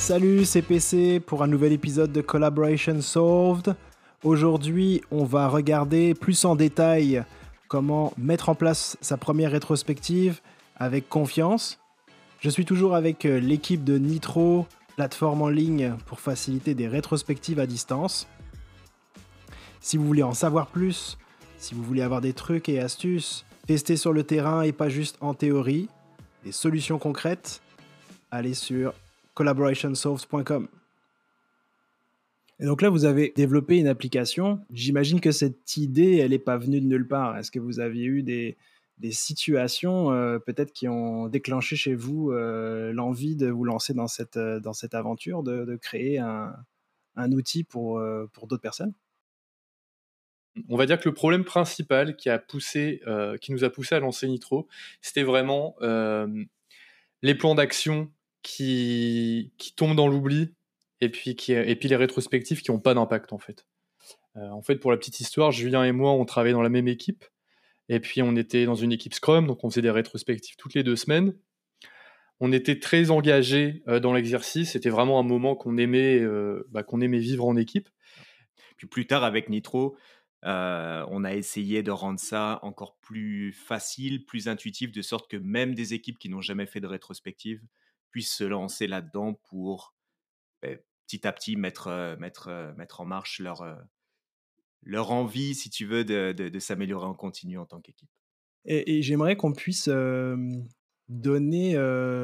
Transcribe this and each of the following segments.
Salut, c'est PC pour un nouvel épisode de Collaboration Solved. Aujourd'hui, on va regarder plus en détail comment mettre en place sa première rétrospective avec confiance. Je suis toujours avec l'équipe de Nitro, plateforme en ligne pour faciliter des rétrospectives à distance. Si vous voulez en savoir plus, si vous voulez avoir des trucs et astuces, tester sur le terrain et pas juste en théorie, des solutions concrètes, allez sur collaborationsolved.com. Et donc là, vous avez développé une application. J'imagine que cette idée, elle n'est pas venue de nulle part. Est-ce que vous aviez eu des situations peut-être qui ont déclenché chez vous l'envie de vous lancer dans cette aventure, de créer un outil pour d'autres personnes? On va dire que le problème principal qui nous a poussé à lancer Nitro, c'était vraiment les plans d'action qui tombent dans l'oubli et puis les rétrospectives qui n'ont pas d'impact en fait. En fait, pour la petite histoire, Julien et moi, on travaillait dans la même équipe et puis on était dans une équipe Scrum, donc on faisait des rétrospectives toutes les 2 semaines. On était très engagés dans l'exercice, c'était vraiment un moment qu'on aimait vivre en équipe. Puis plus tard, avec Nitro, on a essayé de rendre ça encore plus facile, plus intuitif, de sorte que même des équipes qui n'ont jamais fait de rétrospective puissent se lancer là-dedans pour petit à petit mettre en marche leur envie, si tu veux, de s'améliorer en continu en tant qu'équipe. Et j'aimerais qu'on puisse donner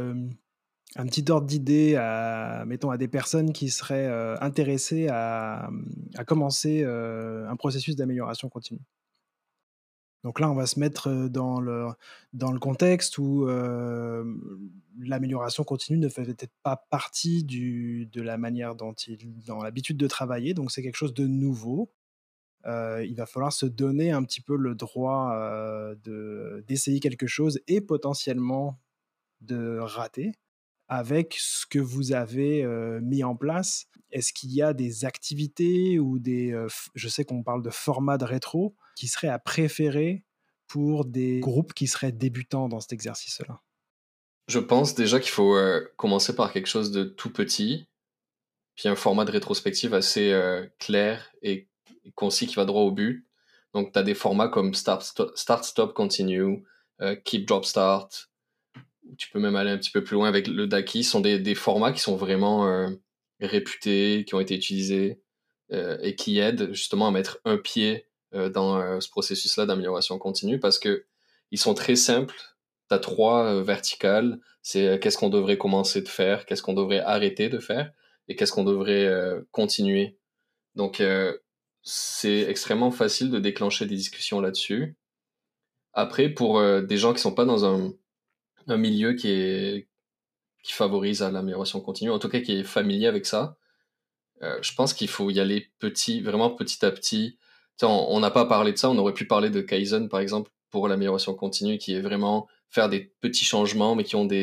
un petit ordre d'idée mettons, à des personnes qui seraient intéressées à commencer un processus d'amélioration continue. Donc là, on va se mettre dans le contexte où l'amélioration continue ne fait peut-être pas partie de la manière dont ils ont l'habitude de travailler, donc c'est quelque chose de nouveau. Il va falloir se donner un petit peu le droit d'essayer quelque chose et potentiellement de rater. Avec ce que vous avez mis en place, est-ce qu'il y a des activités ou je sais qu'on parle de format de rétro, qui seraient à préférer pour des groupes qui seraient débutants dans cet exercice-là? Je pense déjà qu'il faut commencer par quelque chose de tout petit, puis un format de rétrospective assez clair et concis qui va droit au but. Donc, tu as des formats comme Start, Stop, Continue, Keep, Drop, Start. Tu peux même aller un petit peu plus loin avec le Daki. Ce sont des formats qui sont vraiment réputés, qui ont été utilisés et qui aident justement à mettre un pied dans ce processus-là d'amélioration continue parce que ils sont très simples. Tu as 3 verticales. C'est qu'est-ce qu'on devrait commencer de faire, qu'est-ce qu'on devrait arrêter de faire et qu'est-ce qu'on devrait continuer. Donc, c'est extrêmement facile de déclencher des discussions là-dessus. Après, pour des gens qui sont pas dans un milieu qui favorise à l'amélioration continue, en tout cas qui est familier avec ça, je pense qu'il faut y aller vraiment petit à petit. Tu sais, on n'a pas parlé de ça, on aurait pu parler de Kaizen par exemple pour l'amélioration continue, qui est vraiment faire des petits changements mais qui ont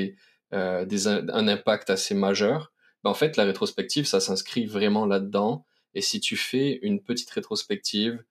un impact assez majeur. Ben, en fait, la rétrospective, ça s'inscrit vraiment là-dedans. Et si tu fais une petite rétrospective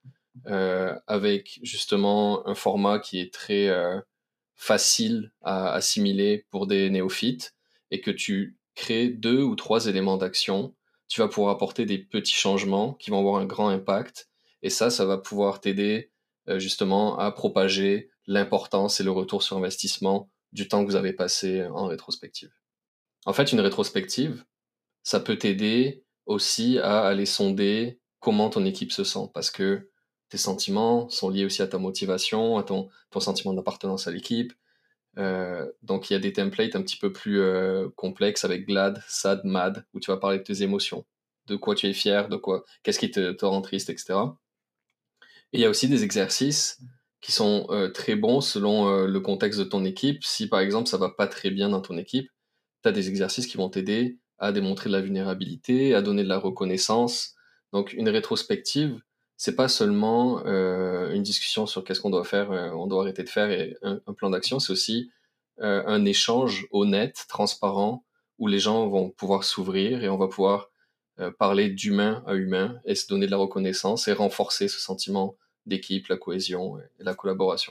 avec justement un format qui est très facile à assimiler pour des néophytes et que tu crées 2 ou 3 éléments d'action, tu vas pouvoir apporter des petits changements qui vont avoir un grand impact. Et ça va pouvoir t'aider justement à propager l'importance et le retour sur investissement du temps que vous avez passé en rétrospective. En fait, une rétrospective, ça peut t'aider aussi à aller sonder comment ton équipe se sent parce que tes sentiments sont liés aussi à ta motivation, à ton sentiment d'appartenance à l'équipe. Donc il y a des templates un petit peu plus complexes avec GLAD, SAD, MAD, où tu vas parler de tes émotions, de quoi tu es fier, qu'est-ce qui te rend triste, etc. Et il y a aussi des exercices qui sont très bons selon le contexte de ton équipe. Si par exemple ça va pas très bien dans ton équipe, tu as des exercices qui vont t'aider à démontrer de la vulnérabilité, à donner de la reconnaissance. Donc une rétrospective, c'est pas seulement une discussion sur qu'est-ce qu'on doit faire, on doit arrêter de faire et un plan d'action, c'est aussi un échange honnête, transparent, où les gens vont pouvoir s'ouvrir et on va pouvoir parler d'humain à humain et se donner de la reconnaissance et renforcer ce sentiment d'équipe, la cohésion et la collaboration.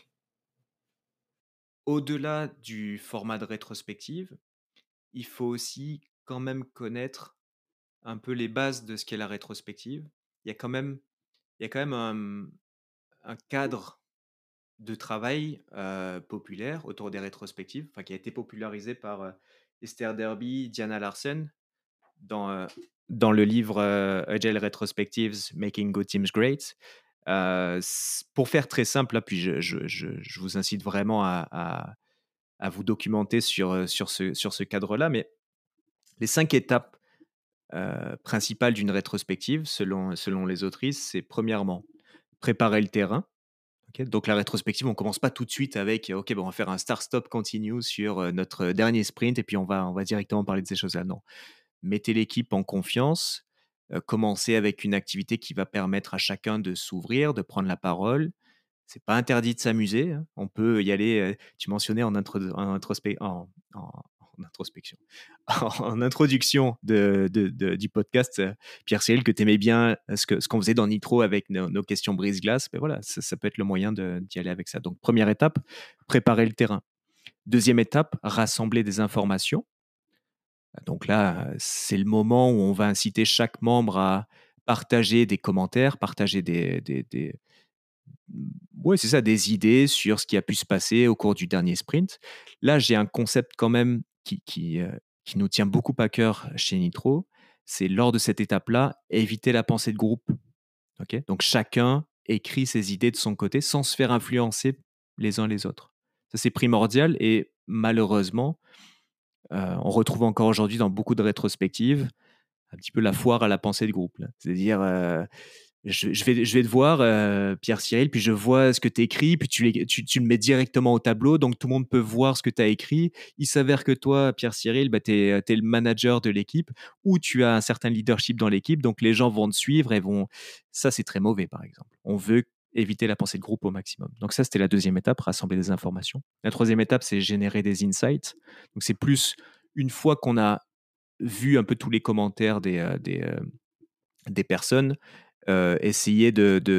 Au-delà du format de rétrospective, il faut aussi quand même connaître un peu les bases de ce qu'est la rétrospective. Il y a quand même, il y a quand même un cadre de travail populaire autour des rétrospectives, qui a été popularisé par Esther Derby, Diana Larsen, dans, euh, dans le livre Agile Retrospectives, Making Good Teams Great. Pour faire très simple, là, puis je vous incite vraiment à vous documenter sur ce cadre-là, mais les 5 étapes principales d'une rétrospective, selon les autrices, c'est premièrement préparer le terrain. Ok, donc la rétrospective, on commence pas tout de suite avec OK, bon, on va faire un start-stop continue sur notre dernier sprint et puis on va directement parler de ces choses-là. Non, mettez l'équipe en confiance, commencez avec une activité qui va permettre à chacun de s'ouvrir, de prendre la parole. C'est pas interdit de s'amuser, hein. On peut y aller. Tu mentionnais en introspection, en introduction du podcast, Pierre Cyril, que tu aimais bien ce qu'on faisait dans Nitro avec nos questions brise-glace. Mais voilà, ça peut être le moyen d'y aller avec ça. Donc, première étape, préparer le terrain. Deuxième étape, rassembler des informations. Donc là, c'est le moment où on va inciter chaque membre à partager des commentaires, partager ouais, c'est ça, des idées sur ce qui a pu se passer au cours du dernier sprint. Là, j'ai un concept quand même qui nous tient beaucoup à cœur chez Nitro. C'est lors de cette étape-là, éviter la pensée de groupe. Ok, donc chacun écrit ses idées de son côté sans se faire influencer les uns les autres. Ça, c'est primordial et malheureusement, on retrouve encore aujourd'hui dans beaucoup de rétrospectives un petit peu la foire à la pensée de groupe, là. C'est-à-dire, je vais te voir, Pierre Cyril, puis je vois ce que tu écris, puis tu le mets directement au tableau, donc tout le monde peut voir ce que tu as écrit. Il s'avère que toi, Pierre Cyril, bah, tu es le manager de l'équipe ou tu as un certain leadership dans l'équipe, donc les gens vont te suivre et vont. Ça, c'est très mauvais, par exemple. On veut éviter la pensée de groupe au maximum. Donc ça, c'était la deuxième étape, rassembler des informations. La troisième étape, c'est générer des insights. Donc c'est plus une fois qu'on a vu un peu tous les commentaires des personnes, essayer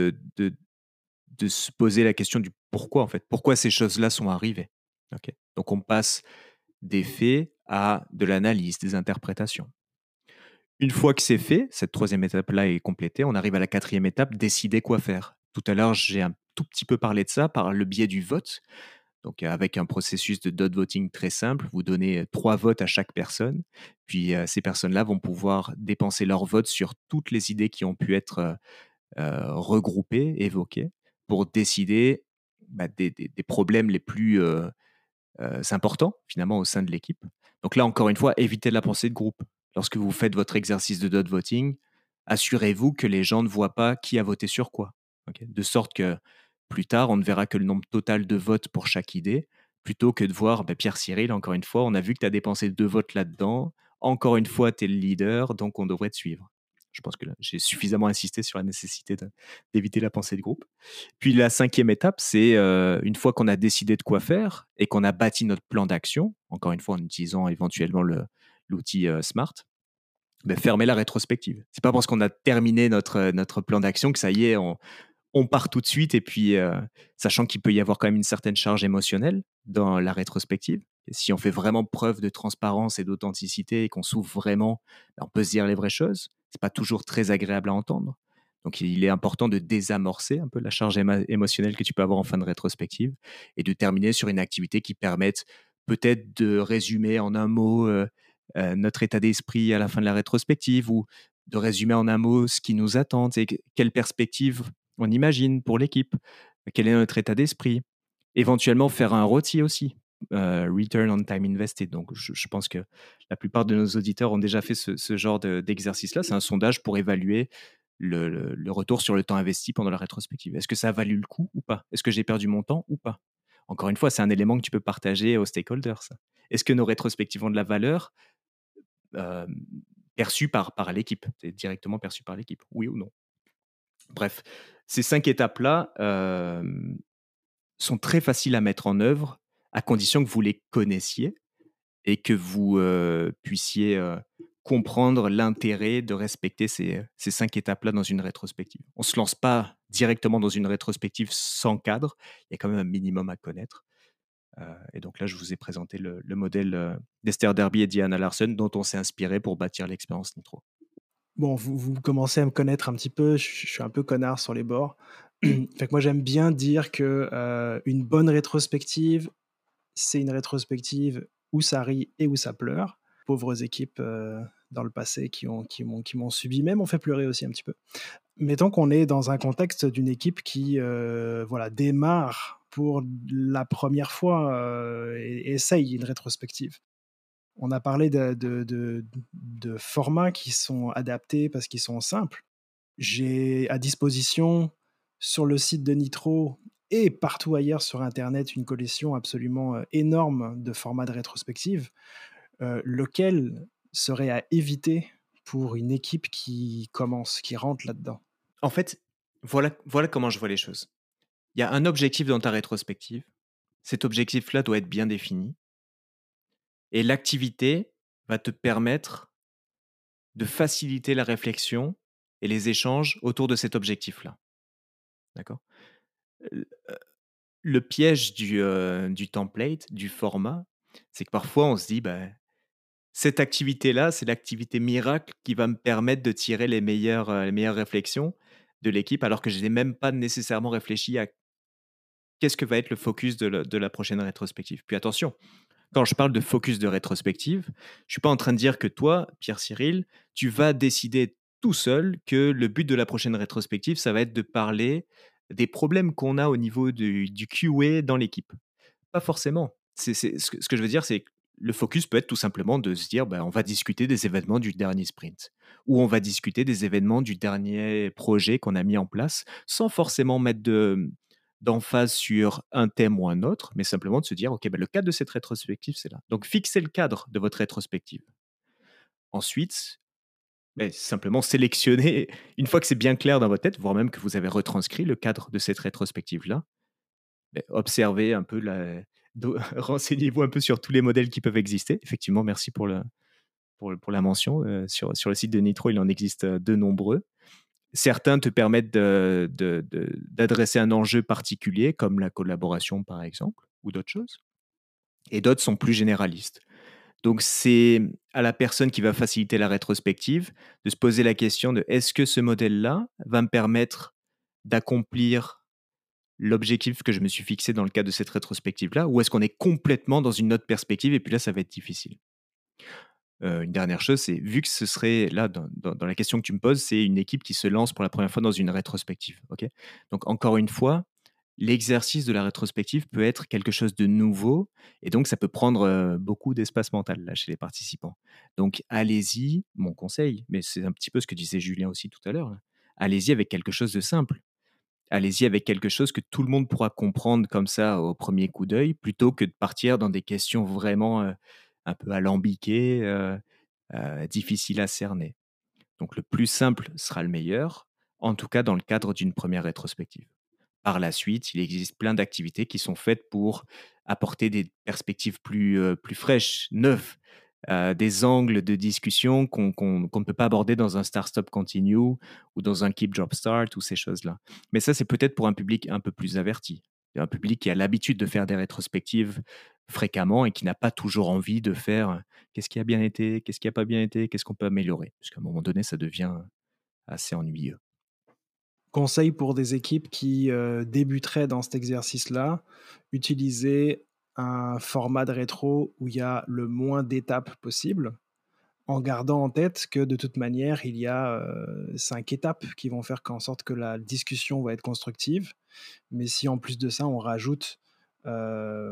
de se poser la question du pourquoi, en fait. Pourquoi ces choses-là sont arrivées. Ok. Donc, on passe des faits à de l'analyse, des interprétations. Une fois que c'est fait, cette troisième étape-là est complétée, on arrive à la quatrième étape, décider quoi faire. Tout à l'heure, j'ai un tout petit peu parlé de ça par le biais du vote. Donc, avec un processus de dot voting très simple, vous donnez 3 votes à chaque personne. Puis, ces personnes-là vont pouvoir dépenser leur vote sur toutes les idées qui ont pu être regroupées, évoquées, pour décider des problèmes les plus importants, finalement, au sein de l'équipe. Donc là, encore une fois, évitez la pensée de groupe. Lorsque vous faites votre exercice de dot voting, assurez-vous que les gens ne voient pas qui a voté sur quoi. Ok, de sorte que plus tard, on ne verra que le nombre total de votes pour chaque idée, plutôt que de voir Pierre Cyril, encore une fois, on a vu que tu as dépensé 2 votes là-dedans. Encore une fois, tu es le leader, donc on devrait te suivre. Je pense que là, j'ai suffisamment insisté sur la nécessité d'éviter la pensée de groupe. Puis la cinquième étape, c'est une fois qu'on a décidé de quoi faire et qu'on a bâti notre plan d'action, encore une fois en utilisant éventuellement l'outil Smart, fermer la rétrospective. C'est pas parce qu'on a terminé notre plan d'action que ça y est, on part tout de suite. Et puis, sachant qu'il peut y avoir quand même une certaine charge émotionnelle dans la rétrospective, et si on fait vraiment preuve de transparence et d'authenticité et qu'on s'ouvre vraiment, on peut se dire les vraies choses. C'est pas toujours très agréable à entendre. Donc, il est important de désamorcer un peu la charge émotionnelle que tu peux avoir en fin de rétrospective et de terminer sur une activité qui permette peut-être de résumer en un mot notre état d'esprit à la fin de la rétrospective ou de résumer en un mot ce qui nous attend, et quelle perspective on imagine pour l'équipe, quel est notre état d'esprit. Éventuellement, faire un ROTI aussi, Return on Time Invested. Donc, je pense que la plupart de nos auditeurs ont déjà fait ce genre d'exercice-là. C'est un sondage pour évaluer le retour sur le temps investi pendant la rétrospective. Est-ce que ça a valu le coup ou pas? Est-ce que j'ai perdu mon temps ou pas? Encore une fois, c'est un élément que tu peux partager aux stakeholders. Ça. Est-ce que nos rétrospectives ont de la valeur perçue par l'équipe? C'est directement perçue par l'équipe, oui ou non? Bref, ces 5 étapes-là sont très faciles à mettre en œuvre à condition que vous les connaissiez et que vous puissiez comprendre l'intérêt de respecter ces 5 étapes-là dans une rétrospective. On ne se lance pas directement dans une rétrospective sans cadre, il y a quand même un minimum à connaître. Et donc là, je vous ai présenté le modèle d'Esther Derby et Diana Larsen dont on s'est inspiré pour bâtir l'expérience Nitro. Bon, vous commencez à me connaître un petit peu, je suis un peu connard sur les bords. Fait que moi, j'aime bien dire que une bonne rétrospective, c'est une rétrospective où ça rit et où ça pleure. Pauvres équipes dans le passé qui m'ont subi, même m'ont fait pleurer aussi un petit peu. Mettons qu'on est dans un contexte d'une équipe qui voilà, démarre pour la première fois et essaye une rétrospective. On a parlé de formats qui sont adaptés parce qu'ils sont simples. J'ai à disposition sur le site de Nitro et partout ailleurs sur Internet une collection absolument énorme de formats de rétrospective, lequel serait à éviter pour une équipe qui commence, qui rentre là-dedans. En fait, voilà comment je vois les choses. Il y a un objectif dans ta rétrospective. Cet objectif-là doit être bien défini. Et l'activité va te permettre de faciliter la réflexion et les échanges autour de cet objectif-là. D'accord? Le piège du template, du format, c'est que parfois on se dit, bah, cette activité-là, c'est l'activité miracle qui va me permettre de tirer les meilleures réflexions de l'équipe, alors que je n'ai même pas nécessairement réfléchi à qu'est-ce que va être le focus de la prochaine rétrospective. Puis attention, quand je parle de focus de rétrospective, je ne suis pas en train de dire que toi, Pierre-Cyril, tu vas décider tout seul que le but de la prochaine rétrospective, ça va être de parler des problèmes qu'on a au niveau du QA dans l'équipe. Pas forcément. Ce que je veux dire, c'est que le focus peut être tout simplement de se dire, bah, on va discuter des événements du dernier sprint, ou on va discuter des événements du dernier projet qu'on a mis en place, sans forcément mettre d'emphase sur un thème ou un autre, mais simplement de se dire, OK, bah, le cadre de cette rétrospective, c'est là. Donc, fixez le cadre de votre rétrospective. Ensuite, simplement sélectionner, une fois que c'est bien clair dans votre tête, voire même que vous avez retranscrit le cadre de cette rétrospective-là, observez un peu renseignez-vous un peu sur tous les modèles qui peuvent exister. Effectivement, merci pour la mention. Sur le site de Nitro, il en existe de nombreux. Certains te permettent d'adresser un enjeu particulier, comme la collaboration par exemple, ou d'autres choses. Et d'autres sont plus généralistes. Donc c'est à la personne qui va faciliter la rétrospective de se poser la question de est-ce que ce modèle-là va me permettre d'accomplir l'objectif que je me suis fixé dans le cadre de cette rétrospective-là, ou est-ce qu'on est complètement dans une autre perspective et puis là, ça va être difficile. Une dernière chose, c'est vu que ce serait là, dans la question que tu me poses, c'est une équipe qui se lance pour la première fois dans une rétrospective. Ok. Donc, encore une fois, l'exercice de la rétrospective peut être quelque chose de nouveau et donc ça peut prendre beaucoup d'espace mental là, chez les participants. Donc, allez-y, mon conseil, mais c'est un petit peu ce que disait Julien aussi tout à l'heure, là. Allez-y avec quelque chose de simple. Allez-y avec quelque chose que tout le monde pourra comprendre comme ça au premier coup d'œil, plutôt que de partir dans des questions vraiment un peu alambiquées, difficiles à cerner. Donc le plus simple sera le meilleur, en tout cas dans le cadre d'une première rétrospective. Par la suite, il existe plein d'activités qui sont faites pour apporter des perspectives plus fraîches, neuves, des angles de discussion qu'on ne peut pas aborder dans un Start-Stop Continue ou dans un Keep Drop Start ou ces choses-là. Mais ça, c'est peut-être pour un public un peu plus averti, un public qui a l'habitude de faire des rétrospectives fréquemment et qui n'a pas toujours envie de faire qu'est-ce qui a bien été, qu'est-ce qui n'a pas bien été, qu'est-ce qu'on peut améliorer. Parce qu'à un moment donné, ça devient assez ennuyeux. Conseil pour des équipes qui débuteraient dans cet exercice-là, utiliser un format de rétro où il y a le moins d'étapes possible, en gardant en tête que de toute manière, il y a 5 étapes qui vont faire en sorte que la discussion va être constructive. Mais si en plus de ça, on rajoute euh,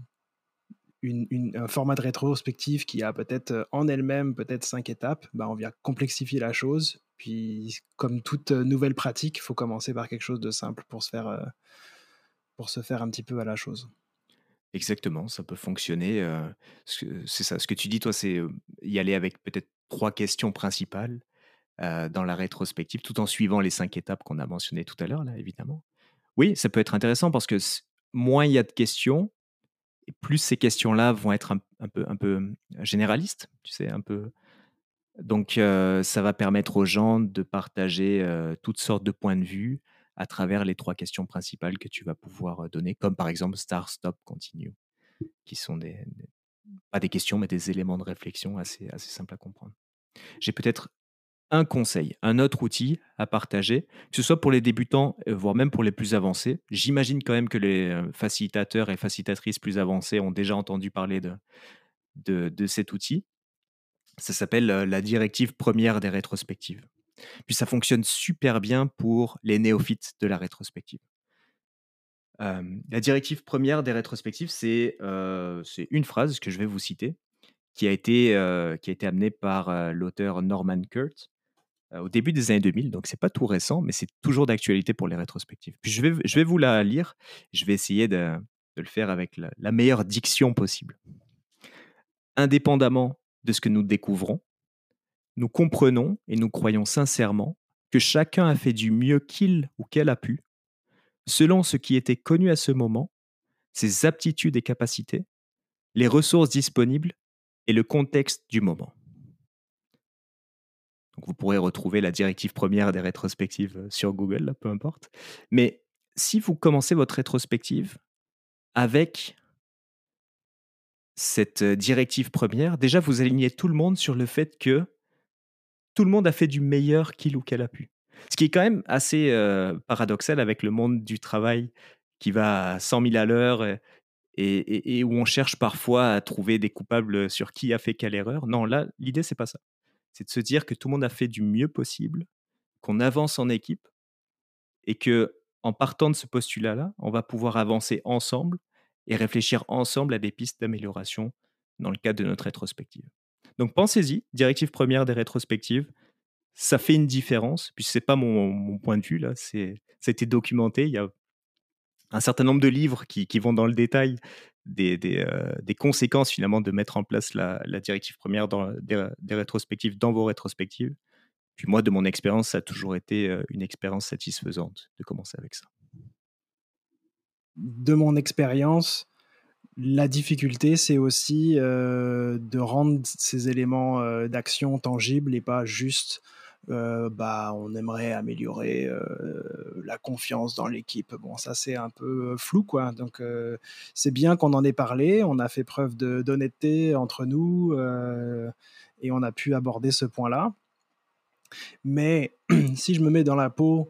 un format de rétrospective qui a peut-être en elle-même peut-être 5 étapes, bah, on vient complexifier la chose. Puis, comme toute nouvelle pratique, il faut commencer par quelque chose de simple pour se faire un petit peu à la chose. Exactement, ça peut fonctionner. C'est ça. Ce que tu dis, toi, c'est y aller avec peut-être 3 questions principales dans la rétrospective, tout en suivant les 5 étapes qu'on a mentionnées tout à l'heure, là, évidemment. Oui, ça peut être intéressant parce que moins il y a de questions, et plus ces questions-là vont être un peu généralistes, tu sais, un peu. Donc, ça va permettre aux gens de partager toutes sortes de points de vue à travers les 3 questions principales que tu vas pouvoir donner, comme par exemple Start, Stop, Continue. qui sont pas des questions, mais des éléments de réflexion assez simples à comprendre. J'ai peut-être un conseil, un autre outil à partager, que ce soit pour les débutants, voire même pour les plus avancés. J'imagine quand même que les facilitateurs et facilitatrices plus avancés ont déjà entendu parler de cet outil. Ça s'appelle la directive première des rétrospectives. Puis ça fonctionne super bien pour les néophytes de la rétrospective. La directive première des rétrospectives, c'est une phrase que je vais vous citer, qui a été amenée par l'auteur Norman Kurt au début des années 2000, donc c'est pas tout récent, mais c'est toujours d'actualité pour les rétrospectives. Puis je vais vous la lire, je vais essayer de le faire avec la meilleure diction possible. Indépendamment de ce que nous découvrons, nous comprenons et nous croyons sincèrement que chacun a fait du mieux qu'il ou qu'elle a pu, selon ce qui était connu à ce moment, ses aptitudes et capacités, les ressources disponibles et le contexte du moment. Donc vous pourrez retrouver la directive première des rétrospectives sur Google, là, peu importe. Mais si vous commencez votre rétrospective avec cette directive première, déjà vous alignez tout le monde sur le fait que tout le monde a fait du meilleur qu'il ou qu'elle a pu. Ce qui est quand même assez paradoxal avec le monde du travail qui va à 100 000 à l'heure et où on cherche parfois à trouver des coupables sur qui a fait quelle erreur. Non, là, l'idée, c'est pas ça. C'est de se dire que tout le monde a fait du mieux possible, qu'on avance en équipe et que en partant de ce postulat-là, on va pouvoir avancer ensemble et réfléchir ensemble à des pistes d'amélioration dans le cadre de notre rétrospective. Donc pensez-y, directive première des rétrospectives, ça fait une différence, puis c'est pas mon point de vue, là, ça a été documenté, il y a un certain nombre de livres qui vont dans le détail des conséquences finalement de mettre en place la directive première des rétrospectives dans vos rétrospectives. Puis moi, de mon expérience, ça a toujours été une expérience satisfaisante de commencer avec ça. De mon expérience, la difficulté, c'est aussi de rendre ces éléments d'action tangibles et pas juste on aimerait améliorer la confiance dans l'équipe. Bon, ça c'est un peu flou, quoi. Donc c'est bien qu'on en ait parlé, on a fait preuve d'honnêteté entre nous et on a pu aborder ce point-là. Mais si je me mets dans la peau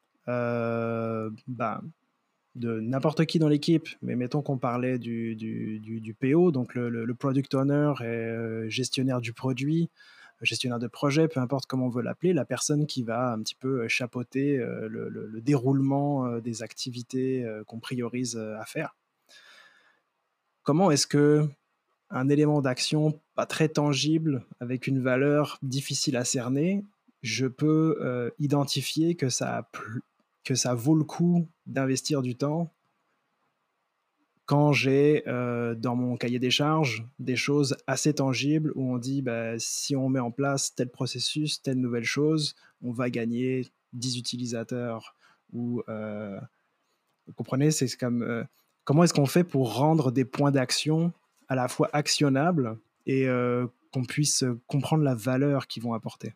de n'importe qui dans l'équipe, mais mettons qu'on parlait du PO, donc le product owner et gestionnaire du produit, gestionnaire de projet, peu importe comment on veut l'appeler, la personne qui va un petit peu chapeauter le déroulement des activités qu'on priorise à faire. Comment est-ce que un élément d'action pas très tangible, avec une valeur difficile à cerner, je peux identifier que ça vaut le coup d'investir du temps quand j'ai dans mon cahier des charges des choses assez tangibles où on dit si on met en place tel processus, telle nouvelle chose, on va gagner 10 utilisateurs. Ou, vous comprenez, c'est comme comment est-ce qu'on fait pour rendre des points d'action à la fois actionnables et qu'on puisse comprendre la valeur qu'ils vont apporter.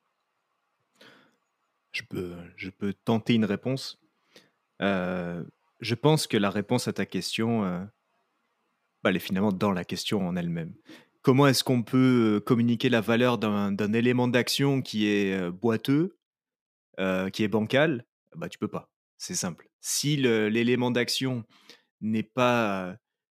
Je peux tenter une réponse. Je pense que la réponse à ta question, elle est finalement dans la question en elle-même. Comment est-ce qu'on peut communiquer la valeur d'un élément d'action qui est boiteux, qui est bancal? Tu peux pas. C'est simple. Si l'élément d'action n'est pas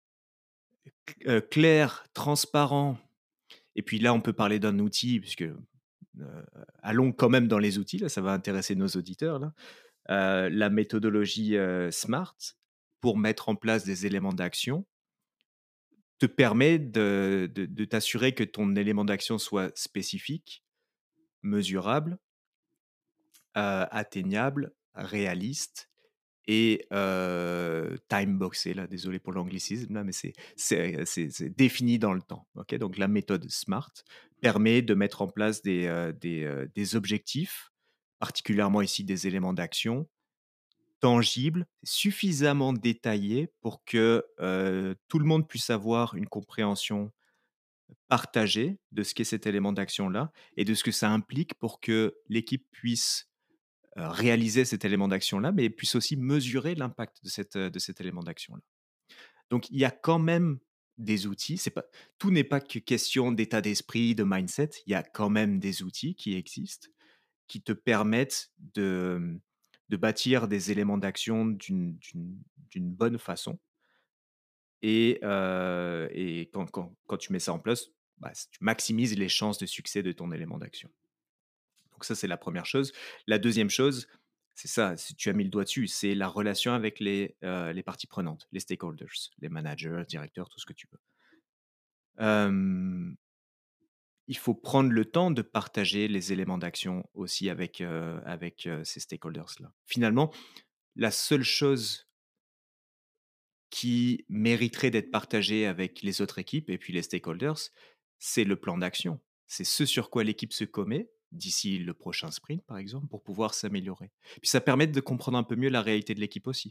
clair, transparent, et puis là, on peut parler d'un outil, puisque allons quand même dans les outils, là, ça va intéresser nos auditeurs, là. La méthodologie SMART pour mettre en place des éléments d'action te permet de t'assurer que ton élément d'action soit spécifique, mesurable, atteignable, réaliste et time-boxé. Là, désolé pour l'anglicisme, là, mais c'est défini dans le temps. Okay, donc la méthode SMART permet de mettre en place des objectifs, particulièrement ici des éléments d'action, tangible, suffisamment détaillé pour que tout le monde puisse avoir une compréhension partagée de ce qu'est cet élément d'action-là et de ce que ça implique pour que l'équipe puisse réaliser cet élément d'action-là, mais puisse aussi mesurer l'impact de cet élément d'action-là. Donc, il y a quand même des outils. Tout n'est pas que question d'état d'esprit, de mindset. Il y a quand même des outils qui existent, qui te permettent de bâtir des éléments d'action d'une bonne façon. Et quand tu mets ça en place, tu maximises les chances de succès de ton élément d'action. Donc ça, c'est la première chose. La deuxième chose, c'est ça, tu as mis le doigt dessus, c'est la relation avec les parties prenantes, les stakeholders, les managers, directeurs, tout ce que tu veux. Il faut prendre le temps de partager les éléments d'action aussi avec ces stakeholders-là. Finalement, la seule chose qui mériterait d'être partagée avec les autres équipes et puis les stakeholders, c'est le plan d'action. C'est ce sur quoi l'équipe se commet d'ici le prochain sprint, par exemple, pour pouvoir s'améliorer. Puis ça permet de comprendre un peu mieux la réalité de l'équipe aussi.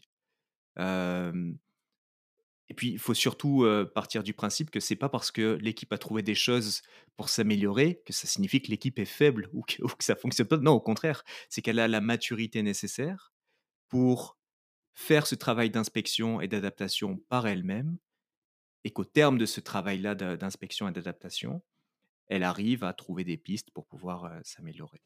Et puis, il faut surtout partir du principe que c'est pas parce que l'équipe a trouvé des choses pour s'améliorer que ça signifie que l'équipe est faible ou que ça fonctionne pas. Non, au contraire, c'est qu'elle a la maturité nécessaire pour faire ce travail d'inspection et d'adaptation par elle-même, et qu'au terme de ce travail-là d'inspection et d'adaptation, elle arrive à trouver des pistes pour pouvoir s'améliorer.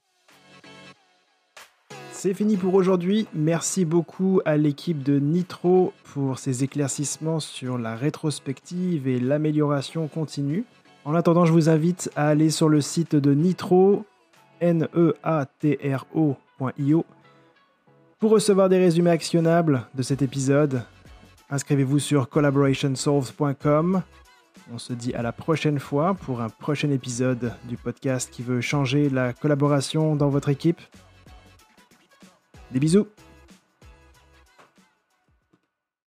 C'est fini pour aujourd'hui. Merci beaucoup à l'équipe de Nitro pour ces éclaircissements sur la rétrospective et l'amélioration continue. En attendant, je vous invite à aller sur le site de Nitro, neatro.io, pour recevoir des résumés actionnables de cet épisode. Inscrivez-vous sur collaborationsolved.com. On se dit à la prochaine fois pour un prochain épisode du podcast qui veut changer la collaboration dans votre équipe. Des bisous!